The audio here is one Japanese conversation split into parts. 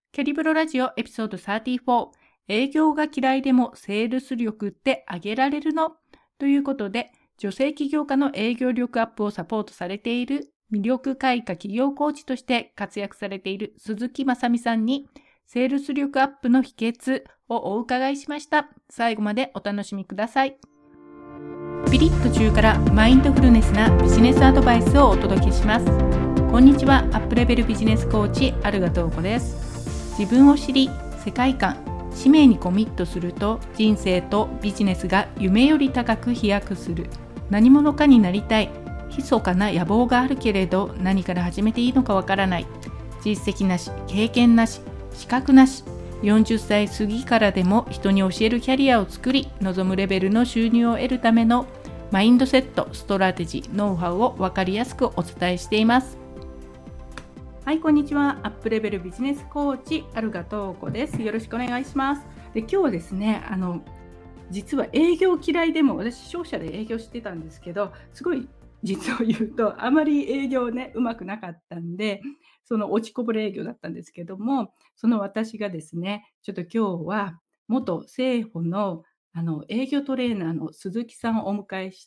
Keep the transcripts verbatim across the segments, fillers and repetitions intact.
キャリブロラジオエピソードさんじゅうよん、営業が嫌いでもセールス力って上げられるの？ということで、女性起業家の営業力アップをサポートされている魅力開花企業コーチとして活躍されている鈴木雅美さんに、セールス力アップの秘訣をお伺いしました。最後までお楽しみください。ピリッと中からマインドフルネスなビジネスアドバイスをお届けします。こんにちは、アップレベルビジネスコーチ、アルガトーコです。自分を知り、世界観、使命にコミットすると人生とビジネスが夢より高く飛躍する。何者かになりたい。密かな野望があるけれど何から始めていいのかわからない。実績なし、経験なし、資格なし。よんじゅっさい過ぎからでも人に教えるキャリアを作り、望むレベルの収入を得るためのマインドセット、ストラテジー、ノウハウを分かりやすくお伝えしています。はい、こんにちは。アップレベルビジネスコーチ、アルガトーコです。よろしくお願いします。で、今日はですね、あの、実は営業嫌いでも、私、商社で営業してたんですけど、すごい、実を言うと、あまり営業ね、うまくなかったんで、その落ちこぼれ営業だったんですけども、その私がですね、ちょっと今日は、元生保の、あの、営業トレーナーの鈴木さんをお迎えして、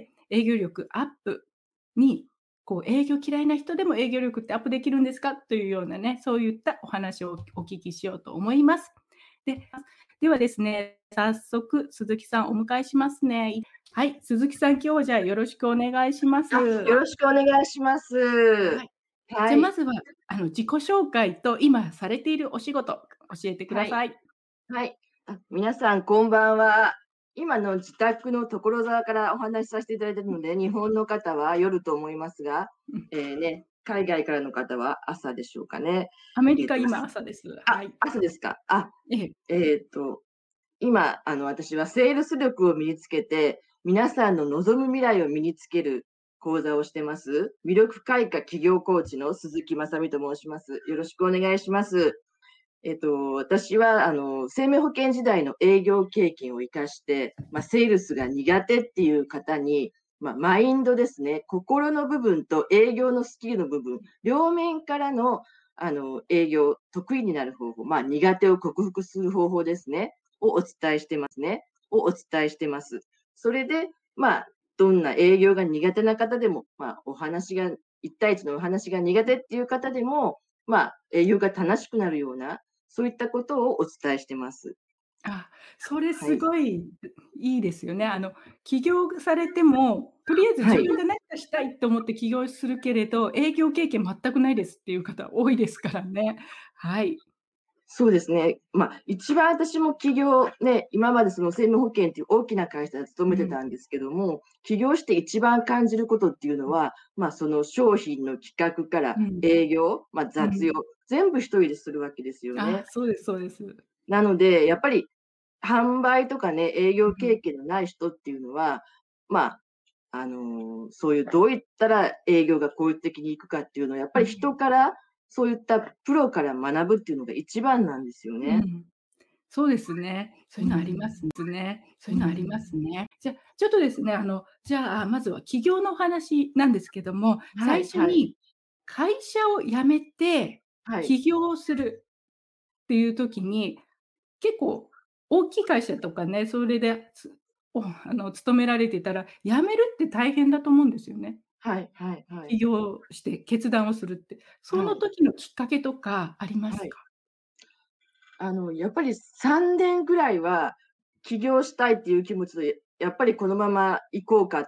営業力アップにこう営業嫌いな人でも営業力ってアップできるんですかというようなね、そういったお話をお聞きしようと思います。で、ではですね、早速鈴木さんお迎えしますね。はい、鈴木さん、今日はじゃあよろしくお願いします。 あ、よろしくお願いします。 はい。じはい。 ゃあまずはあの自己紹介と今されているお仕事教えてくはい。 ださい。 はい。あ、皆さんこんばんは。今の自宅の所沢からお話しさせていただいているので、日本の方は夜と思いますが、 うん、 えーね、海外からの方は朝でしょうかね。 アメリカえっと、 今朝です。はあ、 い。 朝ですか。あ、 ええ。 えっと、今、あの、私はセールス力を身につけて、皆さんの望む未来を身につける講座をしてます。魅力開花企業コーチの鈴木雅美と申します。よろしくお願いします。えっと、私は、あの、生命保険時代の営業経験を生かして、まあ、セールスが苦手っていう方に、まあ、マインドですね、心の部分と営業のスキルの部分、両面からの、あの、営業、得意になる方法、まあ、苦手を克服する方法ですね、をお伝えしてますね。をお伝えしてます。それで、まあ、どんな営業が苦手な方でも、まあ、お話が、一対一のお話が苦手っていう方でも、まあ、営業が楽しくなるような、そういったことをお伝えしてます。 あ、それはい。 すごいいいですよね。あの、起業されても、とりあえずはい。 自分が何かしたいと思って起業するけれど、営業経験全くないですっていう方多いですからね。はい。 そうですね。まあ、一番私も起業ね、今までその生命保険っていう大きな会社で勤めてうん、 たんですけども、起業して一番感じることっていうのうん、 は、まあ、その商品の企画からうん、 営業、まあ、雑用、 うん。 全部一人でするわけですよあ、 ね。 そうですそうです。 なので、やっぱり販売とかね、営業うん、 経験のない人っていうのは、まあ、あの、そういうどういったら営業が効率的にいくかっていうのは、やっぱりうん、 人から、そういったプロから学ぶっていうのが一番なんですよね。 うん。そうですね。そういうのありうん。 ますね。そうういうのありまん。 すね。じゃ、ちょっとですね、あの、じゃあ、まずは起業のお話なんですけども、最はいはい。 初に会社を辞めてはい。 起業をするっていう時に、結構大きい会社とかね、それで、つおあの、勤められてたら、辞めるって大変だと思うんですよね。 はいはいはい。 起業して決断をするって。そのはい。 時のきっかけとかありまはい。 すか？ あの、やっぱりさんねんぐらいは起業したいっていう気持ちで、やっぱりこのまま行こうかって、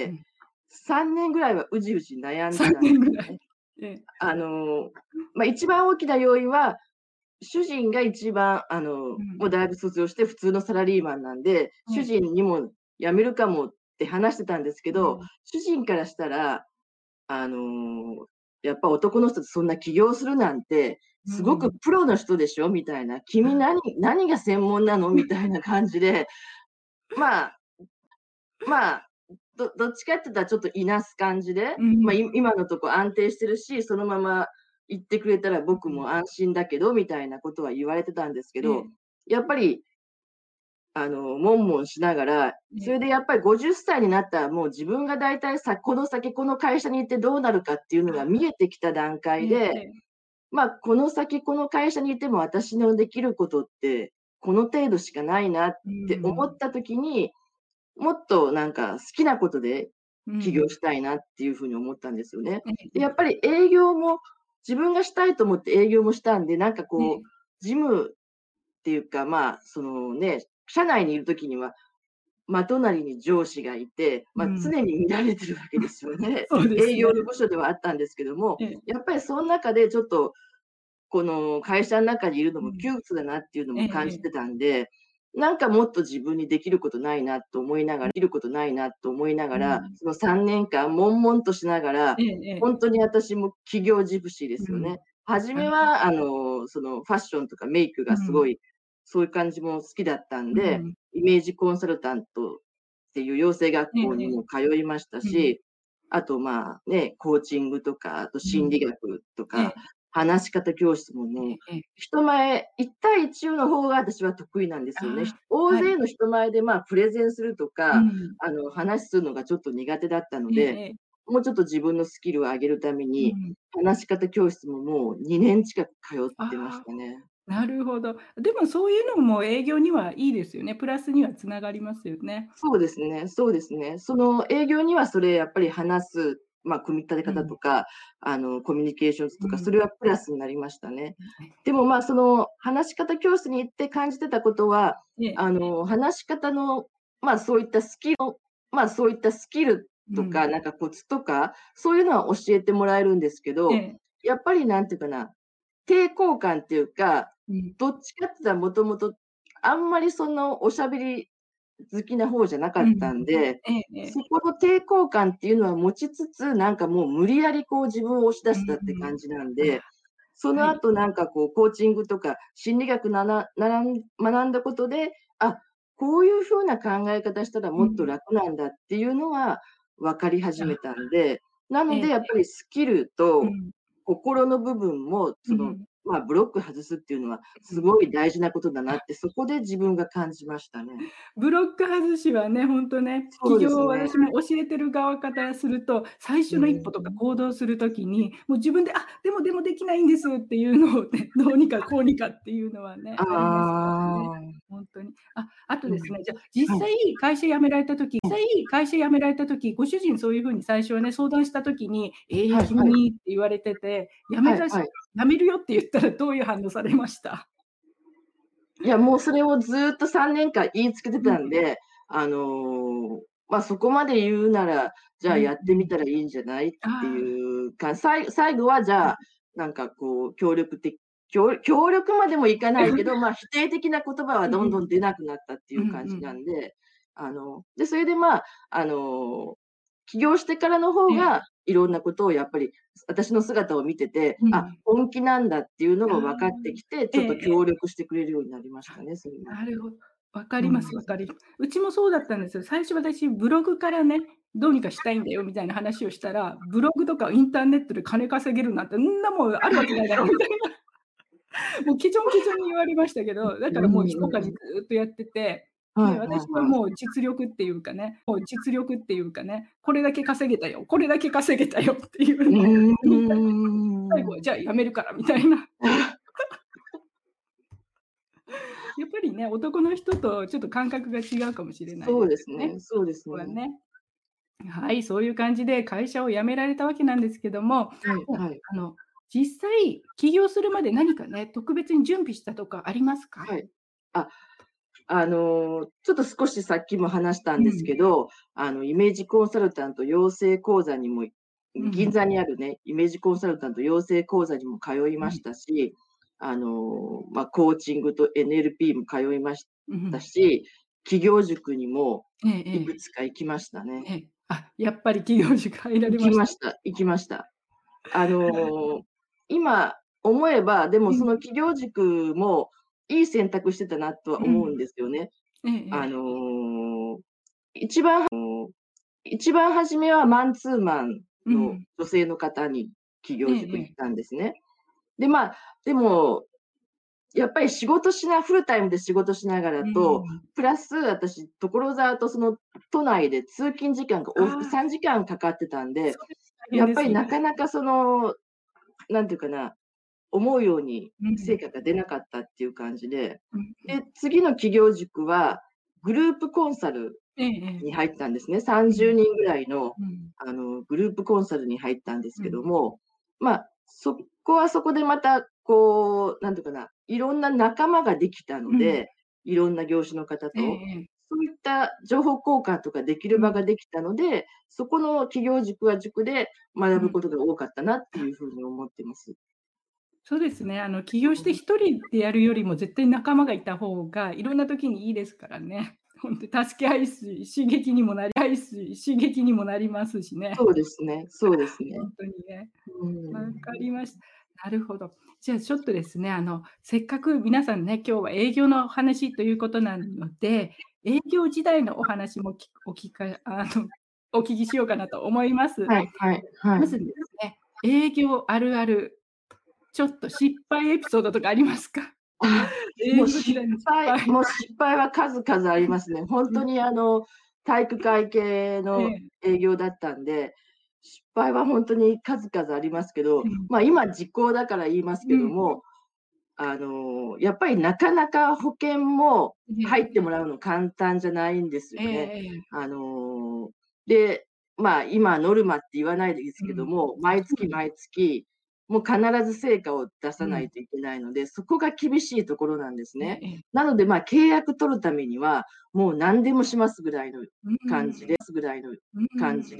うん、 さんねんぐらいはうじうじ悩んで 3 たんです年ぐらい。 ね。 ええ。 あの、まあ、一番大きな要因は、主人が一番、あの、 うん、 もう大学卒業して普通のサラリーマンなんで、主ええ。 人にも辞めるかもって話してたんですけど、 うん、 主人からしたら、あの、やっぱ男の人とそんな起業するなんて、すごくうん。 プロの人でしょみたいな、君あ、 何何が専門なのみたいな感じで、まあ、まあ、どどっちかって言ったらちょっといなす感じで、まあ、 うん、 い今のとこ安定してるし、そのまま行ってくれたら僕うん。 も安心だけどみたいなことは言われてたんですけど、 ええ、 やっぱりあの、悶々しながら、それええ、 でやっぱりごじゅっさいになったら、もう自分が大体さこの先この会社に行ってどうなるかっていうのがあ、 見えてきた段ええ階で、 ええ。 まあ、この先この会社にいても私のできることって、この程度しかないなっうて思ん。 った時に、もっとなんか好きなことで起業うん。 したいなっていう風に思ったんですよね。 えで、やっええぱり営業も自分がしたいと思って営業もしたんで、なんかえ。 こう、事務っていうか、まあ、そのね、社内にいる時にはま、隣に上司がいて、ま、 うん。 常に見られてるわけですよね。 そうですね。 営業の部署ではあったんですけども、 ええ。 やっぱりそん中でちょっと、この会社ん中にいるのうん。 も窮屈だなっていうのええも感ええ。 じてたんで、なんかもっと自分にできることないなと思いながらできることないなと思いながら、 うん。 そのさんねんかん悶々としながら、 ええええ。 ほんとに私も企業ジプシーですようん。 ね。初あ、 めはあの、そのファッションとかメイクうん。 がすごい、そういう感じも好きだったんで、 うん。 イメージコンサルタントっていう養成学ええ校にええ。 も通いましたうん。 し、あと、まあ、ね、コーチングとか、あとうん。 心理学とか、 ええ。 話し方教室もえもう、 えええ。 人前、いち対いちの方が私は得意なんですよね。ひああ、はい。 大勢の人前で、まあ、プレゼンするとか、 うん。 あの、話するのがちょっと苦手だったので、 ええええ。 もうちょっと自分のスキルを上げるために、 うん。 話し方教室ももうにねん近く通ってましあたね。 あ、なるほど。でもそういうのも営業にはいいですよね。プラスには繋がりますよね。 そうですねそうですね。その営業にはそれやっぱり話す、まあ、組み立てうん。 方とか、あの、コミュニケーションとか、そうん。 れはプラスになりましたね。 うん、 でも、まあ、その話し方教室に行って感じてたことは、 ええ。 あの、話し方の、まあ、そういったスキルをまあ、そういったスキルとか、 うん。 なんかコツとか、そういうのは教えてもらえるんですけど、 ええ。 やっぱりなんていうかな、抵抗感っていうか、 うん。 どっちかって言ったらもともと、あんまりそのおしゃべり好きな方じゃなかっうん。 たんで、 ええええ。 そこの抵抗感っていうのは持ちつつ、なんかもう無理やりこう自分を押し出うしたってん。 感じなんあ、 で、そはい。 の後なんかこうコーチングとか心理学ななならん学んだことで、あ、こういう風な考え方したらもっとうん。 楽なんだっていうのは分かり始めあ、 たんで、なのええ。 でやっぱりスキルとうん。 心の部分も、その、 うん。 まあ、ブロック外すっていうのはうん。 すごい大事なことだなって、そこで自分が感じましたね。 ブロック外しはね、ほんとね、 そう起業ですね。 を私も教えてる側からすると、最初の一うん。 歩とか行動する時に、もう自分で、あ、でもでもできないんですっていうのをね、どうにかこうにかっていうのはね、 あありますからね。 あ。 ほんとに。あ、あとうん。 ですね、じゃ、実はい。 際会社辞められた時実うん。 際会社辞められた時、ご主人そういう風に最初はね、相談した時に、「ええ、 はいはい。 君」って言われてて、辞めたしはいはい。 辞めるよって言ったらどういう反応されました？ いや、もうそれをずっとさんねんかん言いつけてうん。 たんで、あの、ま、そこまで言うなら、じゃあうんやってうん。 みたらいいんじゃないってああ。 いうか、さい最後はじゃあ、なんかこう協力的きょう協力までもいかないけど、ま、否定的な言葉はうんうん。 どんどん出なくなったっていうんう感じなうん。 んで、あの、で、それでまあ、あの、起業してからの方ええ。 が、いろんなことをやっぱり、私の姿を見てて、あ、 うん。 本気なんだっていうのああ、 が分かってきて、 ええちょっとええ。 協力してくれるようになりましたあ、 ね、それは。 なるほ分かりまうん。 す分かりうちもそうだったんですよ。最初私ブログからね、どうにかしたいんだよみたいな話をしたら、ブログとかインターネットで金稼げるなんて、んなもんあるわけないだろみたいな。もうケチョンケチョンに言われましたけど、だからもううん密かにずうん。 っとやってて、で、 はいはいはい。 私はもう実力っていうかねもう実力っていうかね、これだけ稼げたよ、これだけ稼げたよっていううのをー積み立てて、最後はん。 じゃあ辞めるからみたいな。やっぱりね、男の人とちょっと感覚が違うかもしれないそうですよね。 ですねそうですね。 ここはね。はい、そういう感じで会社を辞められたわけなんですけども、もう、 はいはい。 あの、実際起業するまで何かね、特別に準備したとかありますか？ はい。あ、あの、ちょっと少しさっきも話したんですうん。 けど、あの、イメージコンサルタント養成講座にもうん。 銀座にあるね、イメージコンサルタント養成講座にも通いましはい。 たし、あの、ま、コーチングと エヌエルピー も通いましたうん。 し、起業塾にもええいくええ。 つか行きましたね。 ええ。あ、やっぱり起業塾入ら行れました。 きました行きました。あはい。 の、今思えば、でもうん。 その起業塾もいい選択してたなとはうん。 思うんですよね。 ええあええ。 の、一番一番初めはマンツーマンのうん。 女性の方に起業ええええ。 塾行ったんですね。で、まあ、でも、やっぱり仕事しなフルタイムで仕事しながらうと、 ん。 プラス私、所沢とその都内で通勤時間が往復ああ、 さんじかんかかってたんで、 それ大変やっぱりですよね。 なかなかその、なんていうかな思うようにうん成果が出なかったっていう感じで、 うんうん。 で、次の企業塾はグループコンサルええええ。 に入ったんですね。 うん。 さんじゅうにんぐらいの、 うん。 あの、グループコンサルに入ったんですけどうん。 も、まあ、そこはそこでまた、こう、なんていうかな、いろんな仲間ができたのうん。 で、いろんな業種の方ええと、 ええ。 そういった情報交換とかできる場うん。 ができたので、そこの企業塾は塾で学うん。 ぶことが多かったなってあ、 いう風に思ってます。 そうですね。あの、起業して一人でやるよりも絶対仲間がいた方が、いろんな時にいいですからね。ほんと助け合いし、刺激にもなり合いし、刺激にもなりますしね。 そうですね、そうですね。 ほんとにね。 うん。 わかりました。なるほど。じゃあちょっとですね、あの、せっかく皆さんね、今日は営業のお話ということなので、営業時代のお話もきお聞かあの、お聞きしようかなと思います。 はいはいはい。 まずですね、営業あるある、ちょっと失敗エピソードとかありますか？ あ、もう失営業時代の失敗敗。 もう失敗は数々ありますね。ほんうん、 とにあの、体育会系のええ、 営業だったんで、失敗はほんとに数々ありますけど、 うん、 ま、今時効だから言いますうん、 けども、あの、やっぱりなかなか保険も入ってもらうの簡単じゃないんですよええね。 ええええ。 あの、で、まあ、今ノルマって言わないですうん。 けども、 あ、 毎そうなんで月毎月、もう必ず成果を出さうん。 ないといけないので、そこが厳しいところなんですね。 ええええ。 なので、まあ、契約取るためには、もう何でもしますぐらいのうん、 感じですぐらいのうん。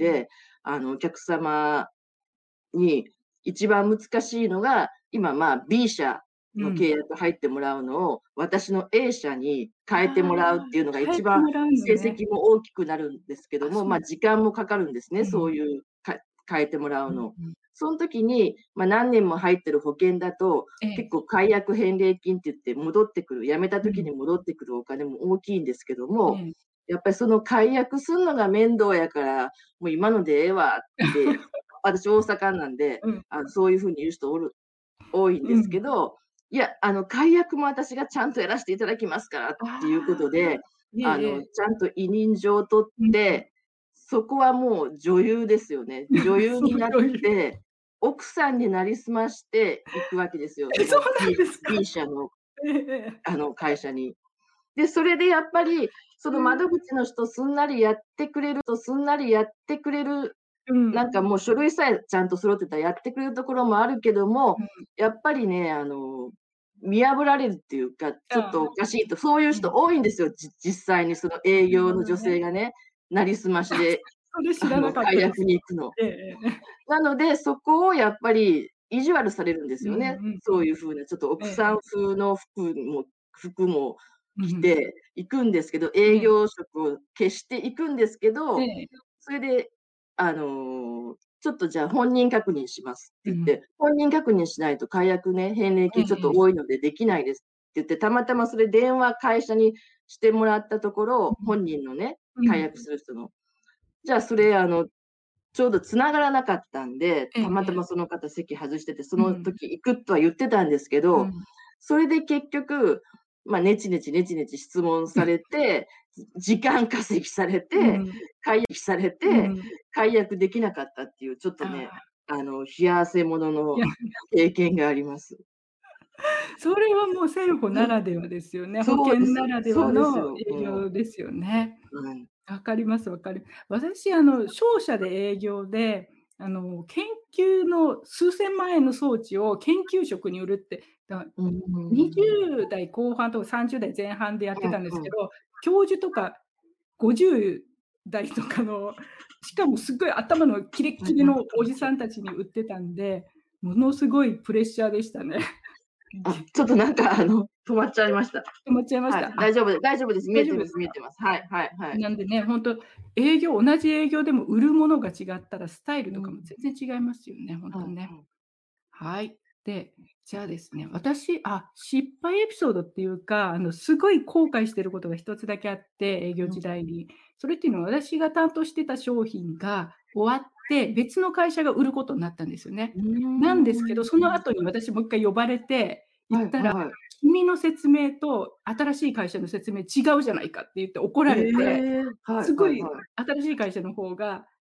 感じで、あの、お客様に一番難しいのが、今、まあ、B 社の契うん。 約入ってもらうのを、私の A 社に変えてあもらうっていうのがあ、変え一番てもらうの成ね。 績も大きくなるんですけどあ、 も、 そう。 まあ、時間もかかるんですね、 うん。 そういうか変えてもらうの。 うんうん。 そん時に、ま、何年も入ってる保険だと、 ええ。 結構解約返礼金って言って戻ってくる、辞めたうん。 時に戻ってくるお金も大きいんですけども、 ええ。 やっぱりその解約すんのが面倒やから、もう今のでええわって、私大阪なんで、 うん、 あの、そういう風に言う人おる多いんですうん。 けど、いや、あの、解約も私がちゃんとやらしていただきますからっあていうことあ、 で、 ええあの、 ええ。 ちゃんと委任状を取っうん。 て、そこはもう女優ですよね。女優そうになっいう。 て、奥さんになりすまして行くわけですよ、 え、そうそのなん B ですか？ B 社の、 ええええ。 あの、会社に。で、それでやっぱり、その窓口の人すんなりやってくれるとすんなりやってくれる、 うん。 なんかもう書類さえちゃんと揃ってたらやってくれるところもあるけども、 うん。 やっぱりね、あの、見破られるっていうか、ちょっとおああ、 かしいと、そういう人うん。 多いんですよ、じ実際にその営なる業の女ほどね。 性がね、なりすましあ、 で、 それ知あの、 らなかっ解約たです。 に行くの。 ええええ。 なので、そこをやっぱり意地悪されるんですうんよね。 うんうん。 そういう風なちょっと奥さんええええ。 風の服も服もうん。 着て行くんですけど、 ええ、 営業職を消して行くんですけど、 ええ。 それで、あの、ちょっとじゃあ本人確認しますってうん。 言って、本人確認しないと解約ね、返礼ええ金ちょっとええ。 多いのでできないですって言って、たまたまそれ電話会社にしてもらったところ、 うん。 本人のね、 うん。 解約する人の。じゃあそれあのちょうど繋がらなかったんで、 ええええ。 たまたまその方席外してて、そうん。 の時行くとは言ってたんですけど、 うん。 それで結局、ま、ネチネチネチネチ質問されて、時間稼ぎされて、 うん。 解約されて、 うん。 解約できなかったっていうちょっとね、 ああ、 あの、冷や汗もののいや、 経験があります。 それはもうセルフォならではですよね。保険そうです。 ならではそうですのよ。 営も業ですよね。 う、はい。 わかりますわかる。私、あの、商社で営業で、あの、研究の数千万円の装置を研究職に売るって、だうーん。 にじゅう代後半とかさんじゅう代前半でやってはいたんですはい。 けど、教授とかごじゅう代とかの、しかもすっごい頭のキレッはいはい。 キレのおじさんたちに売ってたんで、ものすごいプレッシャーでしたね。 あ、ちょっとなんかあの、止まっちゃいました。 止まっちゃいましはい、 た。あ、 大丈夫で大丈夫です。見えてます大丈夫ですか？ 見えてます。はいはいはい。 なんでね、ほんと、営業同じ営業でも売るものが違ったらスタイルとかもうん。 全然違いますよね、ほんはいとね。 はい。 はい。で、じゃあですね、私、あ、失敗エピソードっていうか、あの、すごい後悔してることが一つだけあって、営業うん。 時代に。それっていうのは私が担当してた商品が終わって、別の会社が売ることになったんですよね。 うーなんですけど、そのん。 後に私もう一回呼ばれて、言ったら、 はいはい。 君の説明と新しい会社の説明違うじゃないかって言って怒られて、 ええ、はいすごいはいはい。 新しい会社の方が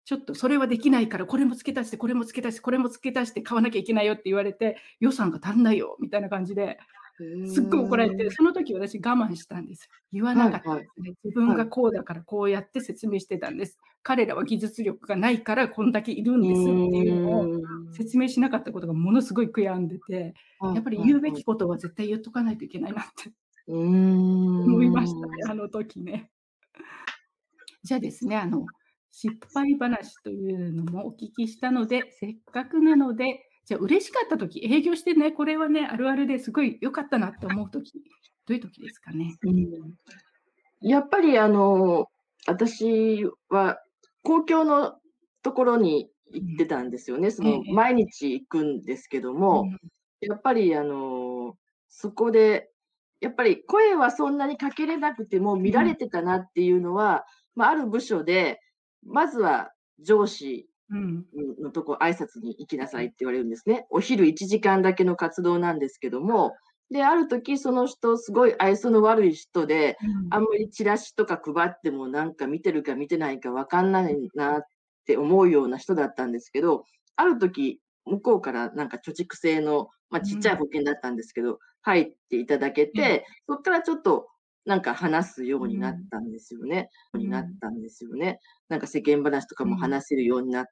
ちょっとそれはできないから、これも付け足して、これも付け足して、これも付け足して買わなきゃいけないよって言われて、予算が足んないよみたいな感じで、 へすっごい怒られて、 え。 その時私我慢したんですよ。言わなかったではいはい。 すね。自分はい。 がこうだからこうやって説明してたんです。彼らは技術力がないからこんだけいるうんですっていうのをーん。 説明しなかったことがものすごい悔やんでて、 はいやっぱりはいはい。 言うべきことは絶対言っとかないといけないなってう思いましたーん。 ね、あの時ね。じゃあですね、あの、失敗話というのもお聞きしたので、せっかくなので、じゃあ嬉しかった時、営業してね、これはね、あるあるですごい良かったなって思う時、どういう時ですかね？ うん。やっぱりあの、私は公共のところに行ってうん。 たんですよね。その、 ええええ。 毎日行くんですけども、 うん。 やっぱりあの、そこで、やっぱり声はそんなにかけれなくても見らうん。 れてたなっていうのは、ま、ある部署で、まずは上司うん。 んのとこ挨拶に行きなさいっええ。 て言われるんですね。お昼いちじかんだけの活動なんですけども、で、ある時その人すごい愛想の悪い人で、 うん。 あんまりチラシとか配ってもなんか見てるか見てないか分かんないなって思うような人だったんですけど、ある時、向こうからなんか貯蓄制の、ま、ちっちゃいうん。 保険だったんですけど、入っていただけええ。 て、そっからちょっとなんか話すようになっうん。 たんですよねになっうん。 たんですよね。なんか世間話とかもうん。 話せるようになって、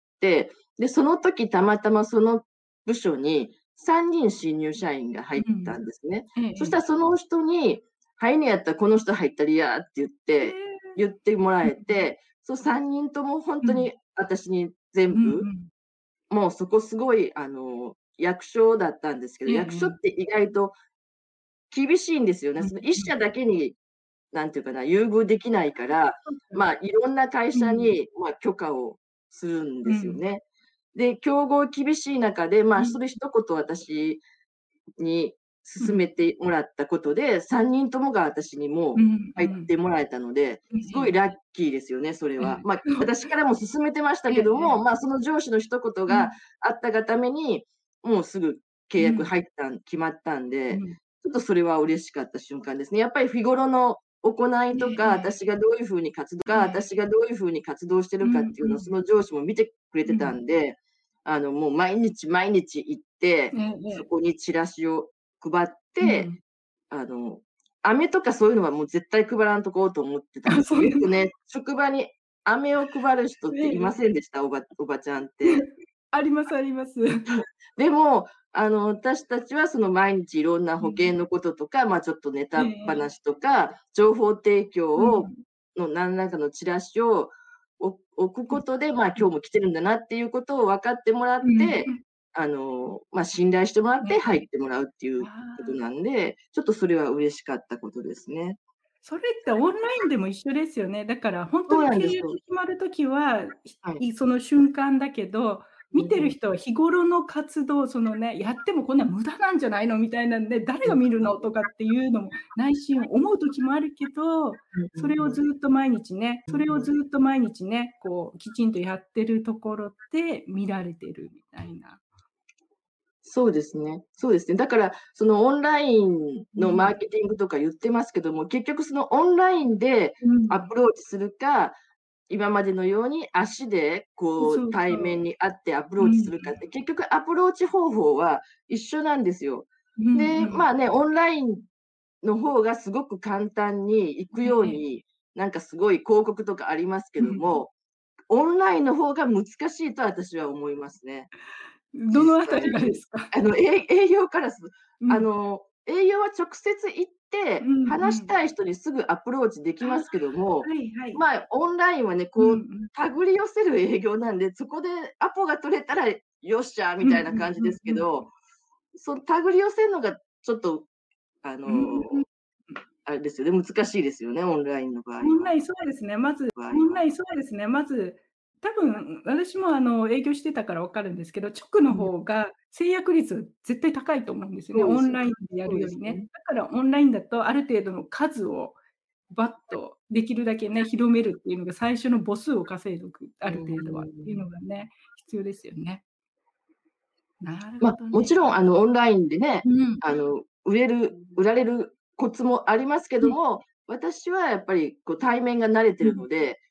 で、その時たまたまその部署にさんにん新入社員が入っうん。 たんですね。 ええそしええ。 たらその人に「入んねやったらこの人入ったらいや」って言っええ。 て言ってもらうん。 えて、そ、さんにんともほんうん。 とに私にうんう全部、 ん。 もうそこすごいあの、役所だったんですけど、 ええ役所っええ。 て意外と厳しいんですよね。 うんそのいっうん。 社だけに、なんていうかな、優遇できないから、 そうか。 まあ、いろんな会うん。 社に、ま、許可をするんうん。 ですよね。で、競合厳しい中で、まあ、 うん。 それ一言私に勧めうん。 てもらったことで、さんにんともが私にもううんう入っん。 てもらえたので、 えすごいえ。 ラッキーですよね、それええ。 は。ま、 そう。 私からも勧めてましたえええけども、 え。 ま、その上司の一言がうん。 あったがために、もうすぐ契約うん。 入ったん決まったんで、 うん。 ちょっとそれは嬉しかった瞬間ですね。やっぱり日頃の行いえとか、 えええ。 私がどういう風に活動か、 ええ。 私がどういう風に活動してうるかっていうのをそんうん。 の上司も見てくれてたうん。 んで、あの、もう毎日毎日行って、 ええええ。 そこにチラシを配って、 うん。 あの、飴とかそういうのはもう絶対配らんとこうと思ってたんあ、 ですよ。 そうなんよくね、職場に飴を配る人っていまええええ。 せんでした？おばおばちゃんって。 ありますあります。 でも、あの、私たちはその毎日いろんなうん。 保険のこととか、ま、ちょっとネええタええ。 話とか、情報提供をうん。 の何らかのチラシをお置くうん。 ことで、ま、 うん。 今日も来てるんだなっていうことを分かってもらっうん、 て、 うん。 あの、ま、信頼してもらってええええ。 入ってもらうっていうあことあ。 なんで、ちょっとそれは嬉しかったことですね。 それってオンラインでも一緒ですよね。だからほんとそうに契なんですよ。 約決まる時は、ひはい。 いその瞬間だけど、見てるうんうん。 人は日頃の活動、そのね、やってもこんなん無駄なんじゃないのみたいなんで、誰うん。 が見るのとかっていうのも内心思う時もあるけど、 うんそれをうんうん。 ずっと毎日ねそれをうんうん。 ずっと毎日ね、こうきちんとやってるところで見られてるみたいな。 そうですね。そうですね。だから、そのオンラインのマーうん。 ケティングとか言ってますけども、結局そのオンラインでうん。 アプローチするか、今までのように足でう、 こうそうそ対面に会ってアプう。 ローチうん。 するかって、結局アプローチ方法は一緒なんですよ。 うんで、 うん。 まあね、オンラインの方がすごく簡単に行くええええ。 ように、なんかすごい広告とかありますけうん。 ども、オンラインの方が難しいと私は思いますね。 ど実のあたりがで際に。 すか？ あの、えい営業からすうん。 あの、営業は直接行っうて、 んうん。 話したい人にすぐアプローチできああ、 ますけども、 はいはい。 まあ、オンラインはね、 うんうこう、 ん。 手繰り寄せる営業なんで、そこでアポが取れたらよっしゃみうんうたいなんうん感じですけうん。 ど、その手繰り寄せんのがちょっと、あうーん、 の、 うん。 あれですよね、難しいですよね、オンラインの場合は。 オンライン、そうですね。まず場合は。 オンライン、そうですね。まず、多分私もあの、営業してたから分かるんですけど、直のうん。 方が制約率絶対高いと思うんですよね、オそうですよね。 ンラインでやそうるよりね。 ですね。 だからオンラインだとある程度の数をバッとできるだけね、広めるっていうのが最初の母数を稼いどく、 うある程度はっていうーん。 のがね、必要ですよね。なるほま、 どね。 もちろんあの、オンラインでね、 うん。 あの、売れる売られるコツもありますけうん。 ども、私はやっぱりこう対面が慣れてうん。 るので、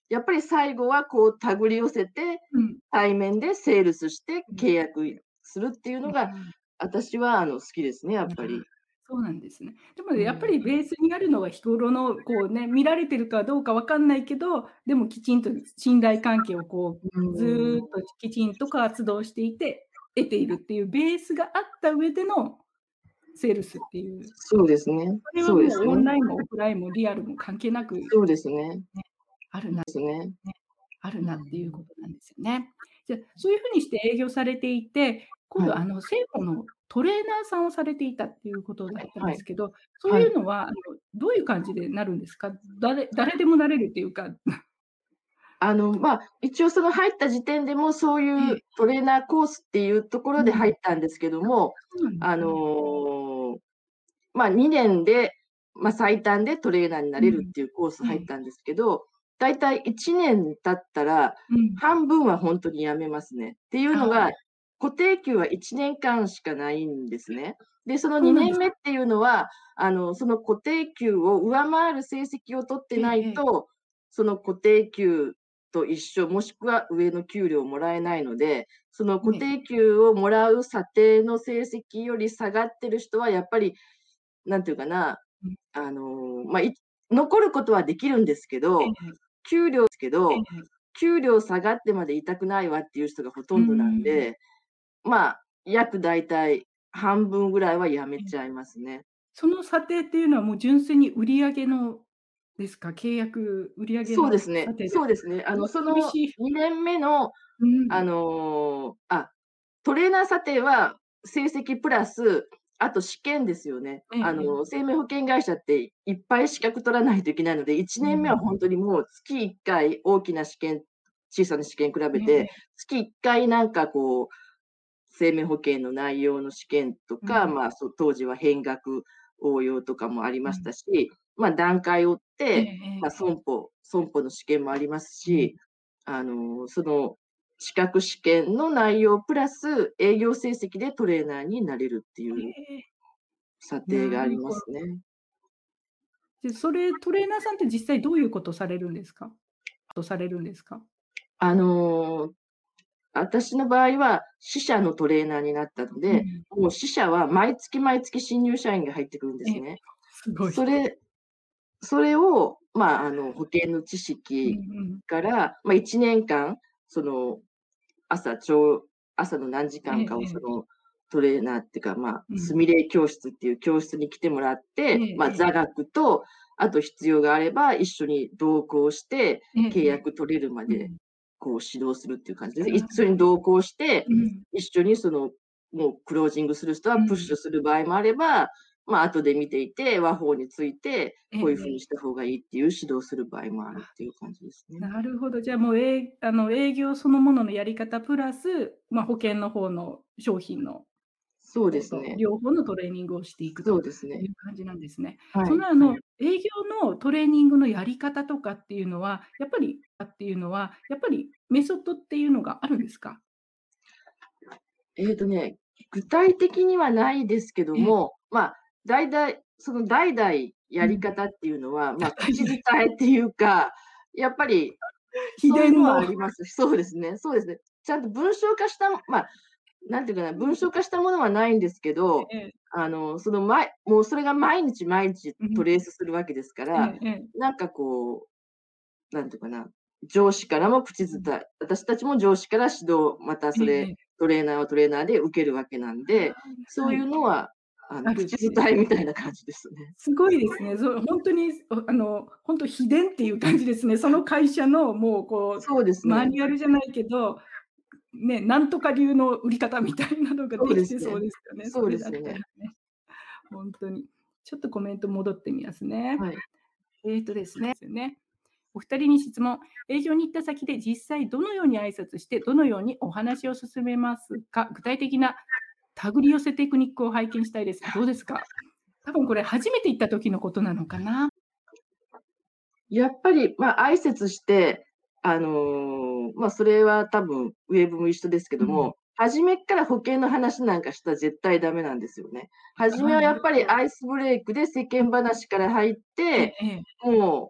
やっぱり最後はこう手繰り寄せて、 うん。 対面でセールスしてうん。 契約するっていうのが、 うん。 私はあの好きですね、やっああ、 ぱり。 そうなんですね。でもうん。 やっぱりベースにあるのは日頃のこうね、見られてるかどうかわかんないけど、でもきちんと信頼関係をこうう、ずーん。 っときちんと活動していて、得ているっていうベースがあった上でのセールスっていう。 そうですね。 それはそうですね。 もうオンラインもオフラインもリアルも関係なく、ね、 そうですね。 あるなですね。 ね、あるうなっていうこん。 となんですよね。じゃ、そういう風にして営業されていて、今はい。 度あの生徒のトレーナーさんをされていたっていうことだったんはい。 ですけど、そうはい。 いうのはあのどういう感じでなるんですか？誰誰でもなれるっていうか。 あの、ま、一応その入った時点でも、そうええ。 いうトレーナーコースっていうところで入っうん。 たんですけどあ、 も、 そうなんであすね。 の、ま、にねんで、ま、最短でトレーナーになうん。 れるっていうコースええ。 入ったんですけど、だいたいいちねん経ったら、 うん。 半分はほんとに辞めますね。っていうのああ。 が、固定給はいちねんかんしかないんですね。で、その2 そうなんですか。 年目っていうのは、あの、その固定給を上回る成績を取ってなええええ。 いと、その固定給と一緒、もしくは上の給料をもらえないので、その固ね。 定給をもらう査定の成績より下がってる人はやっぱり、なんていうかな、 うん。 あの、ま、い残ることはできるんですけど、 ええ。 給料すけど、 ええ。 給料下がってまでいたくないわっていう人がほとうーんどなんん。 で、まあ、約だいたい半分ぐらいは辞めええ。 ちゃいますね。 その査定っていうのはもう純粋に売上のですか？契約売上のそうですね。 査定ですか？ そうですね。あの、 うわ、 その厳しい。 にねんめの、あうん。 の、あ、トレーナー査定は成績プラス、あと試験ですよね。 ええええ。 あの、生命保険会社っていっぱい資格取らないといけないので、いちねんめはうん。 ほんとにもう月いっかい大きな試験、小さな試験比べて、 ええええ。 月いっかいなんかこう、生命保険の内容の試験とか、 うん。 まあ、そ当時は変額応用とかもありましうん。 たし、ま、段階を追っええて、ま、 ええええ。 損保損保の試験もありますうん。 し、あの、その資格試験の内容プラス営業成績でトレーナーになれるっていうええ。 査定がありなるほど。 ますね。 で、それ、トレーナーさんって実際どういうことされるんですか？とされるんですか？ あの、あたしの場合は支社のトレーナーになったので、 うん。 もう支社は毎月毎月新入社員が入ってくるんでええ、 すね。 すごい。 それそれを、まあ、あの、保険の知うん識うん。 から、ま、いちねんかん、その、朝ちょう朝の何時ええ間かをええ。 そのトレーナーってか、まあ、 うん。 すみれい教室っていう教室に来てもらっえて、ま、 えええ。 座学と、あと必要があれば一緒に同行してええええ。 契約取れるまで、 うん。 こう指導するっていう感じで、 なる一緒に同行して、 うん。 一緒にその、もうクロージングする人はプッシュうん。 する場合もあれば、ま、後で見ていて、話法について、 ええこういう風ええ。 にした方がいいっていう指導する場合もあるあ、 っていう感じですね。 なるほど。じゃあもう、えあの、営業そのもののやり方プラス、ま、保険の方の商品のそうでこと、 すね。 両方のトレーニングをしていくとそうですね。 いう感じなんですね。 はい、 その、あの、 はい。 営業のトレーニングのやり方とかっていうのは、やっぱりあっていうのは、やっぱりメソッドっていうのがあるんですか？ ええとね、具体的にはないですけどええ。 も、ま、大体その代々やうん。 り方っていうのは、ま、 代口伝 々。 えっていうか、やっぱり秘そういうのは伝の。 ありますし、そうですねそうですね。ちゃんと文章化したま、なんていうかな、 うん。 文章化したものはないんですけど、 ええええ。 あの、その、まいもうそれが毎日毎日うん。 トレースするわけですから、 ええええ。 なんかこう、なんていうかな、上司からも口うん。 伝え私たちも上司から指導、またええそれ、 ええ。 トレーナーはトレーナーで受けるわけなんで、 ああ、 そういうはい。 のは、あの、 あるっ口て。 伝えみたいな感じですね。 すごいですね。そう、ほんとに、おあの、ほんと秘伝っていう感じですね。その会社のもうこそうですう、マね。 ニュアルじゃないけど、ね、なんとか流の売り方みたいなのがそうできですね。 てそうですよね、そそうれだったらですよね。 ね。ほんとに。ちょっとコメント戻ってみますね。 はい。 ええとですねすよね。お二人に質問。営業に行った先で実際どのように挨拶して、どのようにお話を進めますか？具体的な手繰り寄せテクニックを拝見したいです。どうですか？多分これ初めて行った時のことなのかな？ やっぱり、ま、挨拶して、あの、ま、それは多分ウェブも一緒ですけうん。 ども、初めっから保険の話なんかしたら絶対ダメなんですよね。初ああ、 めはやっぱりなるほど。 アイスブレイクで世うん。 間話から入っええて、 ええ。 もう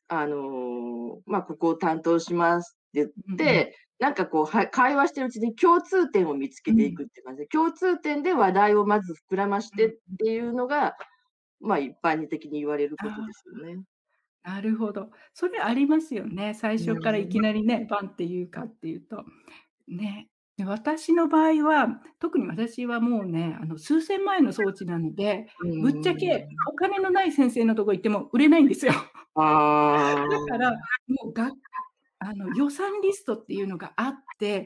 あの、まあ、ここを担当しますって言っうんうん。 て、なんかこう、は会話してるうちに共通点を見つけていうん。 くっていう感じで、共通点で話題をまず膨らましうんてっうん。 ていうのが、まあ、一般的に言われることであすよね。 あ、なるほど。それありますよね。最う初からいきん。 なりね、バンって言うかっていうと。ね。で、私の場合は、特に私はもうね、あの、数千万円の装置なので、 うぶっちゃけん。 お金のない先生のとこ行っても売れないんですよ。 あだから、 あ。 もうがあの、予算リストっていうのがあって、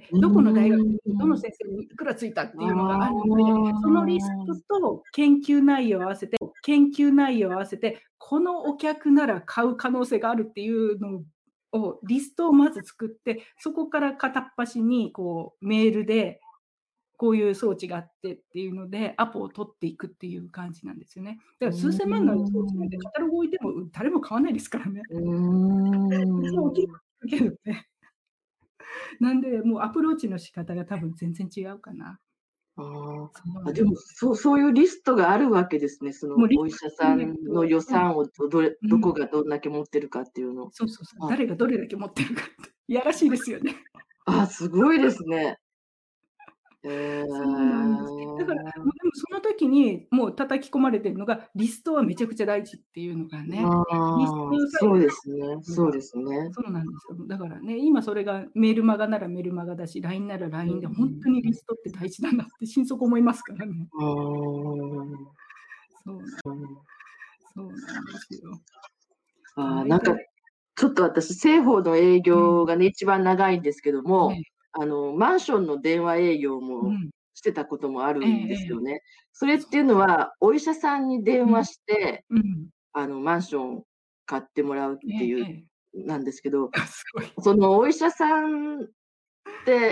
うどこの大学ーにどのん。 先生にいくらついたっていうのがあるので、 あそのリストあ。 と研究内容を合わせて研究内容を合わせて、このお客なら買う可能性があるっていうのをリストをまず作って、そこから片っ端にこうメールで、こういう装置があってっていうので、アポを取っていくっていう感じなんですよね。だかうら数千万の装置なんてーん。 カタログ置いても、誰も買わないですからね。 うそう、きーん。 けどね。なんで、もうアプローチの仕方が多分全然違うかな。 あそうあ。あ、でも、 なんです。 そうそういうリストがあるわけですね。そのもうリお医者ストがないさんのと、 予うん、 算をどどれうん。 どこがどんだけ持ってるかっていうの。 そうそうそう。 あ、 誰がどれだけ持ってるかって、いやらしいですよね。 あ、すごいですね。へそうなんです。だから、もうえ。 でもその時に、もう叩き込まれてるのが、リストはめちゃくちゃ大事っていうのがね。リストああ、 さえそうですねそうれば、 ですね。 そうなんですよ。だからね、今それがメルマガならメルマガだし、ラインならラうんインで、ほんとにうんリストって大事だなって心底思いますからね。 うん。ああ。 そうなんうん。 そうなんですよ。 ああ、 はい、 なんか、 というちょっと私、製法の営うん。 業がね、一番長いんですけども、 ええ。 あの、マンションの電話営業もうん。 してたこともあるええんでええ。 すよね。それあ、そっていうのは、お医者さんに電うん。 話して、 うん。 あの、マンション買ってもらうっえていうえええ。 なんですけど、 あ、すごい。 そのお医者さんって、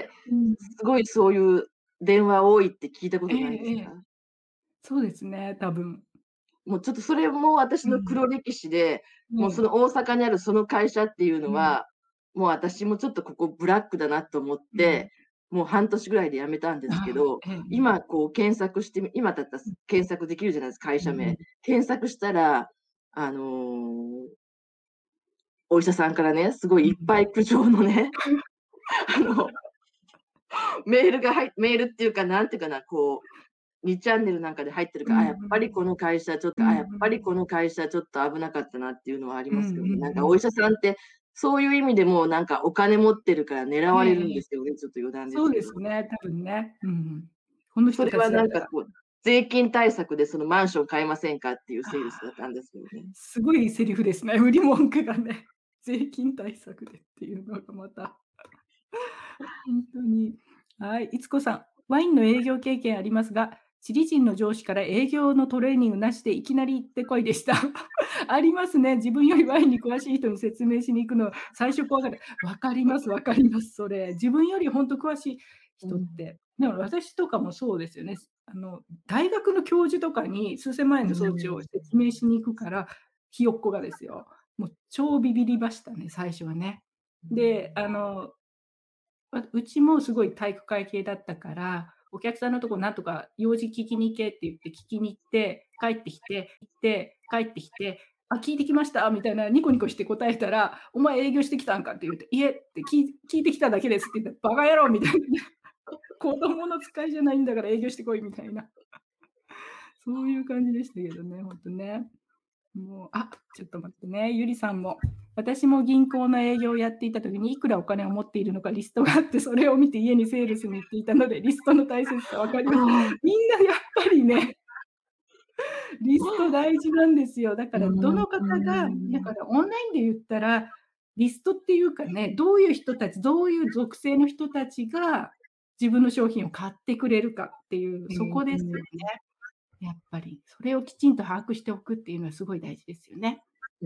うん。 すごいそういう電話多いって聞いたこええとないですええ。 か？ そうですね、多分。 もうちょっとそれも私うん。 の黒歴史で、もうそええ。 の大阪にあるその会社っていううん。 のは、もう私もちょっとここブラックだなと思っうん。 て、もう半年ぐらいで辞めたんですけああ、 ど、 ええええ。 今こう検索してみ今だったらうん。 検索できるじゃないですか、会社名。 うんうん。 検索したら、あの、お医者さんからね、すごいいっうんうん。 ぱい苦情のね、あの、メールがはいメールっていうか、なんていうかな、こうにチャンネルなんかで入ってるから、あ、 うんやっぱりこの会社ちょっと、あ、 うん。 やっうんうん。 ぱりこの会社ちょっと危なかったなっていうのはありうんうますけどね。なんんうん。 かお医者さんって、そういう意味でもなんかお金持ってるから狙ええわれるんええ。 ですよね、ちょっと余談でそうすけど。 ですね、多分ね。うんうん。この人たそれはちだったら、 なんかこう、税金対策でそのマンション買えませんかっていうあセールスだっあ、 たんですよね。 すごいセリフですね。売り文句がね。税金対策でっていうのがまた、ほんとに。はい、いつこさん、ワインの営業経験ありますが、チリ人の上司から営業のトレーニングなしでいきなり行ってこいでした。ありますね。自分よりワインに詳しい人に説明しに行くの、最初怖がる。分かります分かります、それ。自分よりほんと詳しいうん。 人って、だから私とかもそうですよね。あの、大学の教授とかに数千万円うの装置をん。 説明しに行くから、ひよっこがですよ。もう超ビビりましたね、最初はね。で、あのわうちもすごい体育会系だったから、お客さんのとこなんとか用事聞きに行けって言って聞きに行って、帰ってきて行って、帰ってきて、「あ、聞いてきました」みたいなニコニコして答えたら、「お前営業してきたんか」って言うと、「いえ」って「聞い聞いてきただけです」って言ったら、「バカ野郎」みたいなね。子供の使いじゃないんだから営業してこいみたいな。そういう感じでしたけどね、ほんとね。もう、あ、ちょっと待ってね、ゆりさんも。私も銀行の営業をやっていた時に、いくらお金を持っているのかリストがあって、それを見て家にセールスに行っていたので、リストの大切さ分かります。 ああ。 みんなやっぱりね、リスト大事なんですよ。だかうらどのー方が、だかん。 らオンラインで言ったら、リストっていうかね、どういう人たち、どういう属性の人たちが自分の商品を買ってくれるかっていう、 うそこですよん。 ね。やっぱり。それをきちんと把握しておくっていうのはすごい大事ですよね。 うん。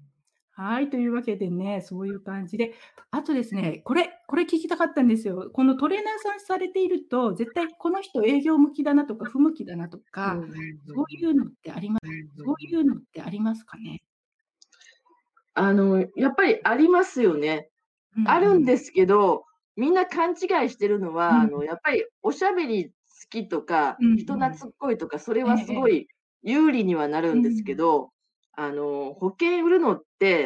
はい、というわけでね、そういう感じで、あとですね、これこれ聞きたかったんですよ。このトレーナーさんされていると、絶対この人営業向きだなとか、不向きだなとか、 うんうんうんそういうのってありまうんうんそういうのってありますかね？ あの、やっぱりありますよね。 うんうあるんん。 ですけど、みんな勘違いしてるのは、あうん。 の、やっぱりおしゃべり好きとか、 うんう人懐ん。 っこいとか、それええええ。 はすごい有利にはなるんですけうん。 ど、 あの、保険売るのって、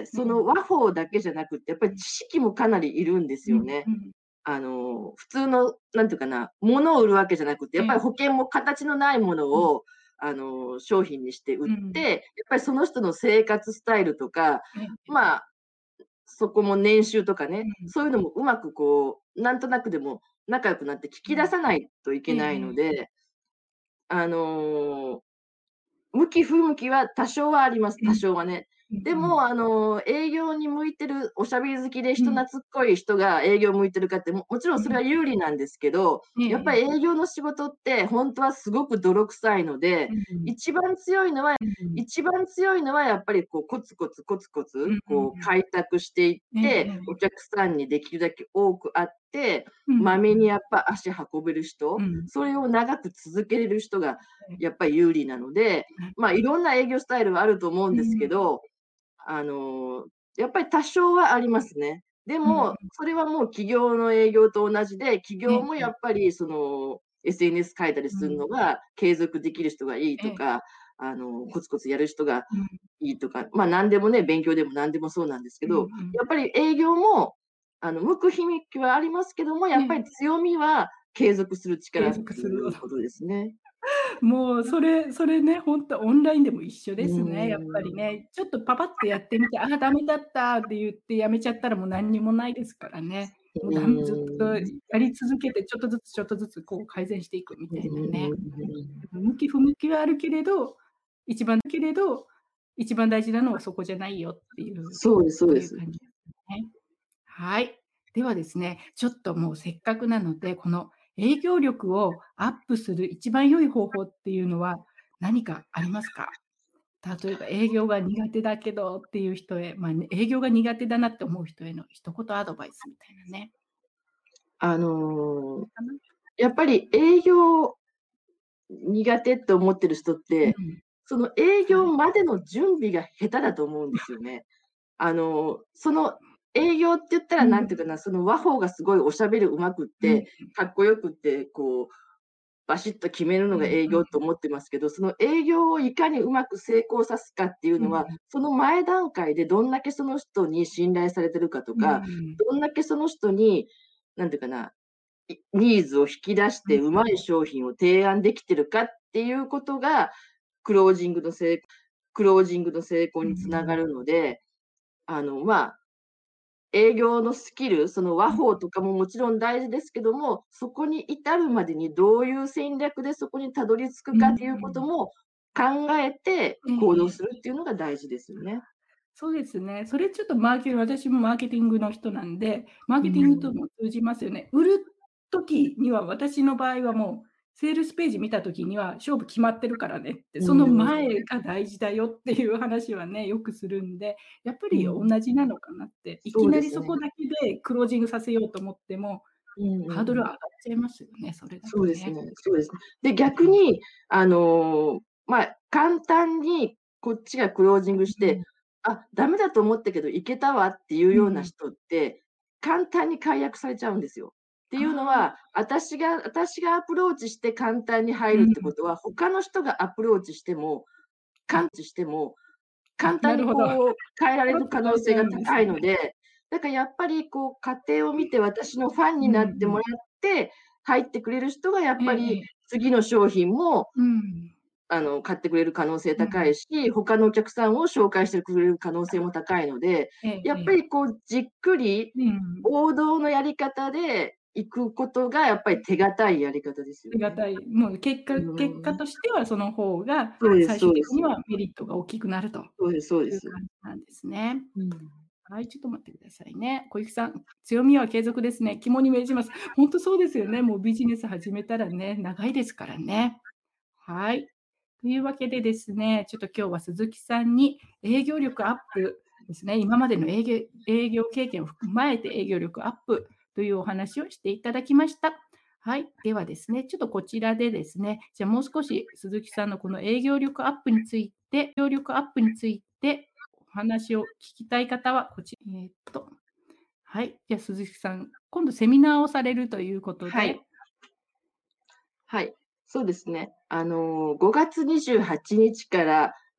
そうん。 の話法だけじゃなくって、やっぱり知識もかなりいるんですうんよね。 うん。 あの、普通の、なんていうかな、物を売るわけじゃなくて、やっぱりええ。 保険も形のないものうん。 を、あの、商品にして売っうん。 て、やっぱりその人の生活スタイルとか、 ええ。 まあ、そこも年収とかね、 うん。 そういうのもうまくこう、なんとなくでも仲良くなって聞き出うん。 さないといええけないのええ。 で、あの向き不向きは多少はあります、多うん。 少はね。 うんうん。 でも、あの、営業に向いてる、おしゃべり好きでうん。 人懐っこい人が営業向いてるかって、ももちろんうん。 それは有利なんですけど、 ええやっぱりええ。 営業の仕事ってほんとはすごく泥臭いので、 うんうん。 一番強いのはうんうん。 一番強いのはやっぱりこうコツコツコツコツ、 うんうんこううん。 開拓していっええて、 ええ。 お客さんにできるだけ多く会って、 うんまめにうん。 やっぱ足運べる人、 うん。 それを長く続けれる人がええ。 やっぱり有利なので、 はい。 まあ、いろんな営業スタイルはあると思うんですけうん。 ど、あの、やっぱり多少はありますね。でうんうん。 も、それはもう企業の営業と同じで、企ええ業もやっええ。 ぱりその エスエヌエス 書いたりするうん。 のが継続できる人がいいええ。 とか、あの、コツコツやる人がうん。 いいとか、まあ、なんでもね、勉強でも何でもそうなんですけうんうど、 ん。 やっぱり営業も、あの、向く日めきはありますけども、やっぱりええ。 強みは継続する力継って続するの。 いうことですね。 もうそれそれね、ほんとオンラインでも一緒うですね、やっぱーん。 りね。ちょっとパパッとやってみて、ああ、ダメだったって言ってやめちゃったらもう何にもないですからね。もううだんずっとーん。 やり続けて、ちょっとずつちょっとずつこう改善していくみうたいなね。 ーん。 向き不向きはあるけれど、一番けれど、一番大事なのはそこじゃないよっていう、 そうですそうそうです。 いう感じですね。はい。ではですね、ちょっともうせっかくなので、この営業力をアップする一番良い方法っていうのは何かありますか？例えば営業が苦手だけどっていう人へ、まあ、ね、営業が苦手だなって思う人への一言アドバイスみたいなね。 あの、 かな？ やっぱり営業苦手って思ってる人って、 うん。 その営業はい。 までの準備が下手だと思うんですよね。あの、その営業って言ったらなんていうかうん。 な、その話法がすごいおしゃべり上手くっうん。 て、かっこよくって、こうバシッと決めるのがうんうん。 営業と思ってますけど、その営業をいかにうまく成功さすかっていううん。 のは、その前段階でどんだけその人に信頼されてるかとうか、 ん。 どんだけその人に、なんていうかな、いニーズを引き出しうん。 てうまい商品を提案できてるかっていうことが、クロージングのせいクロージングの成功うんうに繋がん。 るので、あの、まあ、営業のスキル、その話うん。 法とかももちろん大事ですけども、そこに至るまでにどういう戦略でそこにたどり着くうんうかっていうことん。 も考えてええ行動するええ。 っていうのが大事ですよね。 そうですね。それちょっとマーケ私もマーケティングの人なんで、マーうケティングとん。 も通じますよね。売る時には、私の場合はもう、セールスページ見た時には勝負決まってるからねって、 うそのん。 前が大事だよっていう話はね、よくするんで、やっぱり同うん。 じなのかなって。いきなりそうですね。 そこだけでクロージングさせようと思っても、 うんうんうん。 ハードル上がっちゃいますよね、それだとね。 そうですね、そうですね。で、 うん。 逆に、あの、まあ、簡単にこっちがクロージングして、 うん。 あ、ダメだと思ったけどいけたわっていううん。 ような人って、簡単に解約されちゃうんですよ。っていうのああ、 は、私が私がアプローチして簡単に入るってうん。 ことは、他の人がアプローチしてもあ、 感知しても、簡あ、 単になるほど。 こう変えらポロッれる可能と変えちゃうんです性が高いのね。 で、だからやっぱりこう過程を見て私のファンにうんなってもらうん。 って、入ってくれる人がやっええぱりええ。 次の商品もうん。 あの買ってくれる可能性うん。 高いし、他のお客さんを紹介してくれる可能性も高いので、 ええやっぱええ。 りこうじっくりうん。 王道のやり方で行くことがやっぱり手堅いやり方ですよね。 手堅い、もう結果う結果ん。 としてはその方がそうです最終そうです。 的にはメリットが大きくなるとそうですそうでいうす。 感じなんですね。 うん。 はい、ちょっと待ってくださいね。小雪さん、強みは継続ですね。肝に銘じます。ほんとそうですよね。もうビジネス始めたらね、長いですからね。はい。というわけでですね、ちょっと今日は鈴木さんに営業力アップですね、今までの営業営業経験を踏まえて営業力アップというお話をしていただきました。はい。ではですね、ちょっとこちらでですね、じゃあもう少し鈴木さんのこの営業力アップについて営業力アップについてお話を聞きたい方はこちえーっと、はい。じゃあ鈴木さん、今度セミナーをされるということはい。 で、 はい、そうですね。あの、ごがつにじゅうはちにちから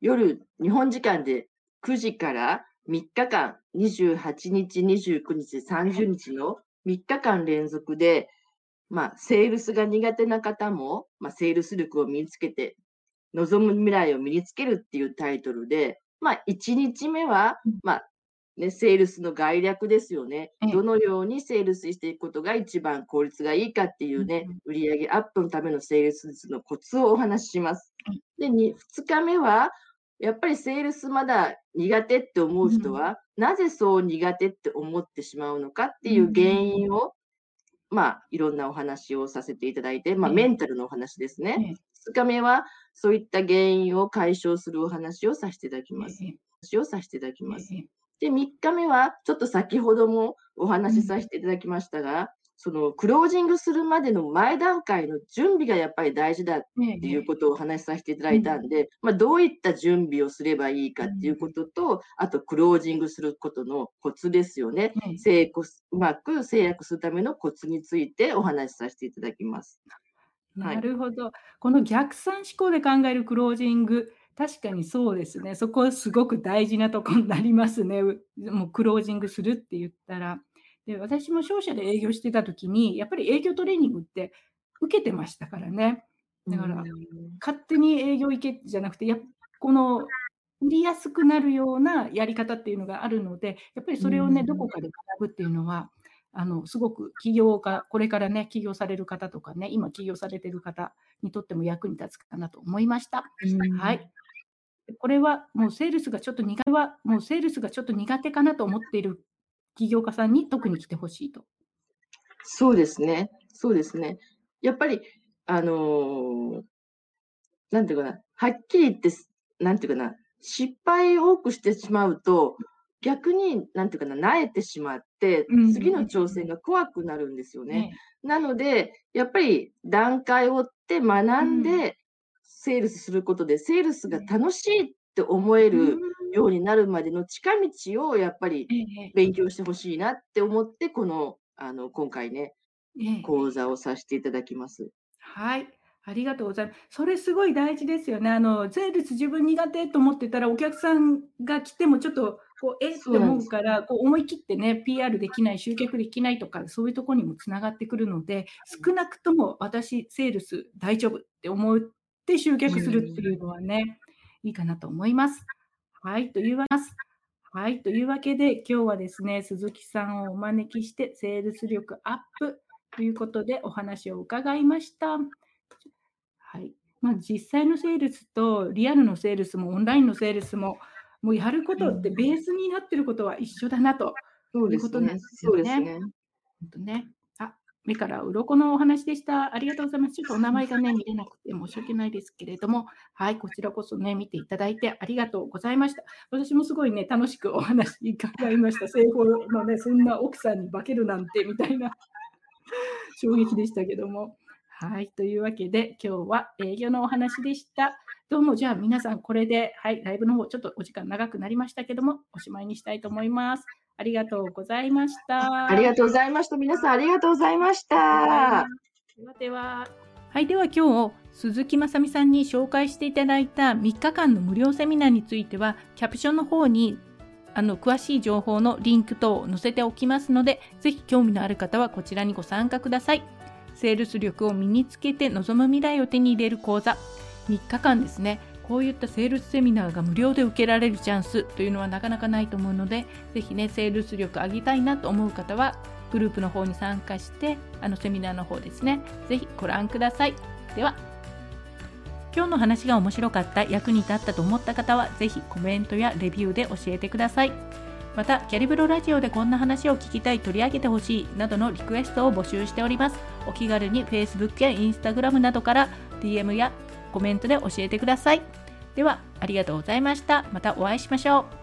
夜、日本時間でくじからみっかかん、にじゅうはちにち、にじゅうくにち、さんじゅうにちのみっかかん連続で、まあ、セールスが苦手な方も、まあ、セールス力を身につけて、望む未来を身につけるっていうタイトルで、まあ、いちにちめは、 うん。 まあ、ね、セールスの概略ですよね。 ええ。 どのようにセールスしていくことが一番効率がいいかっていうね、 うんうん。 売上アップのためのセールス術のコツをお話しします。 はい。 で、にふつかめは、やっぱりセールスまだ苦手って思うう人ん。 は、なぜそう苦手って思ってしまうのかっうていう原ん。 因を、まあ、いろんなお話をさせていただいて、まあ、 ええ。 メンタルのお話ですえね。 え。 ふつかめは、そういった原因を解消するお話をさしていただきええます。 ええ。 話をさしていただきええます。 ええ。 で、みっかめは、ちょっと先ほどもおう話しん。 さしていただきましたが、そのクロージングするまでの前段階の準備がやっぱり大事だっええていうええ。 ことをお話しさしていただうん。 いたんで、ま、どういった準備をすればいいかっていうこうん。 とと、あとクロージングすることのコツですよね。 ええ。 せいこすうまく制約するためのコツについてお話しさしていただきます。はない。 るほど。この逆算思考で考えるクロージング、確かにそうですね。そこすごく大事なとこになりますね。うもうクロージングするって言ったら。で、私も商社で営業してた時に、やっぱり営業トレーニングって受けてましたからね。 うーだから、 ん。 勝手に営業行けじゃなくて、やこの売りやすくなるようなやり方っていうのがあるので、やっぱりうーそれをね、どこん。 かで学ぶっていうのは、あの、すごく起業家これからね、起業される方とかね、今起業されてる方にとっても役に立つかなと思いました。 うーはい。 ん。 これはもうセールスがちょっと苦手はもうセールスがちょっと苦手かなと思っている起業家さんに特に来て欲しいと。 そうですね。そうですね。やっぱり、あの、なんていうかな、はっきり言って、すなんていうかな、失敗を多くしてしまうと、逆になんていうかな、萎えてしまって、 うんうん次の挑うん。 戦が怖くなるんですよね。 ええ。 なので、やっぱり段階を追って学うん。 んで、セールスすることで、セールスがええ。 楽しいって思えうーるようん。 になるまでの近道をやっぱりええええ。 勉強して欲しいなって思って、この、あの、今回ね、 ええ。 講座をさしていただきます。 はい、ありがとうございます。それすごい大事ですよね。あの、セールス自分苦手と思ってたら、お客さんが来てもちょっとこう、えってそうなんです。 思うから、こう思い切ってね、ピーアール できない、集客できないとか、そういうとこにも繋がってくるので、 うん。 少なくとも私セールス大丈夫って思って集う客するっていーん。 うのはね、いいかなと思います。はい、というわますはい、というわけで、今日はですね、鈴木さんをお招きして、セールス力アップということでお話を伺いました。はい。ま、実際のセールスとリアルのセールスもオンラインのセールスも、もうやるこうーとってベん。 ースになってることは一緒だなとそういうですね。 ことなんですよね。 そうですね。 ほんとね。あ、目から鱗のお話でした。ありがとうございます。ちょっとお名前がね、見れなくて申し訳ないですけれども、はい、こちらこそね、見ていただいてありがとうございました。私もすごいね、楽しくお話伺いました。製法のね、そんな奥さんに化けるなんてみたいな衝撃でしたけども。はい、というわけで、今日は営業のお話でした。どうも、じゃあ皆さんこれで、はい、ライブの方ちょっとお時間長くなりましたけども、おしまいにしたいと思います。ありがとうございましあ、ありた。 がとうございました。皆さんありがとうございましございまた。 す。ではでは。はい、では今日、鈴木まさみさんに紹介していただいたみっかかんの無料セミナーについては、キャプションの方にあの詳しい情報のリンク等を載せておきますので、ぜひ興味のある方はこちらにご参加ください。セールス力を身につけて望む未来を手に入れる講座、みっかかんですね。こういったセールスセミナーが無料で受けられるチャンスというのはなかなかないと思うので、ぜひね、セールス力上げたいなと思う方は、グループの方に参加して、あのセミナーの方ですね、ぜひご覧ください。では、今日の話が面白かった、役に立ったと思った方は、ぜひコメントやレビューで教えてください。また、キャリブロラジオでこんな話を聞きたい、取り上げてほしいなどのリクエストを募集しております。お気軽に Facebook や Instagram などから ディーエム やコメントで教えてください。では、ありがとうございました。またお会いしましょう。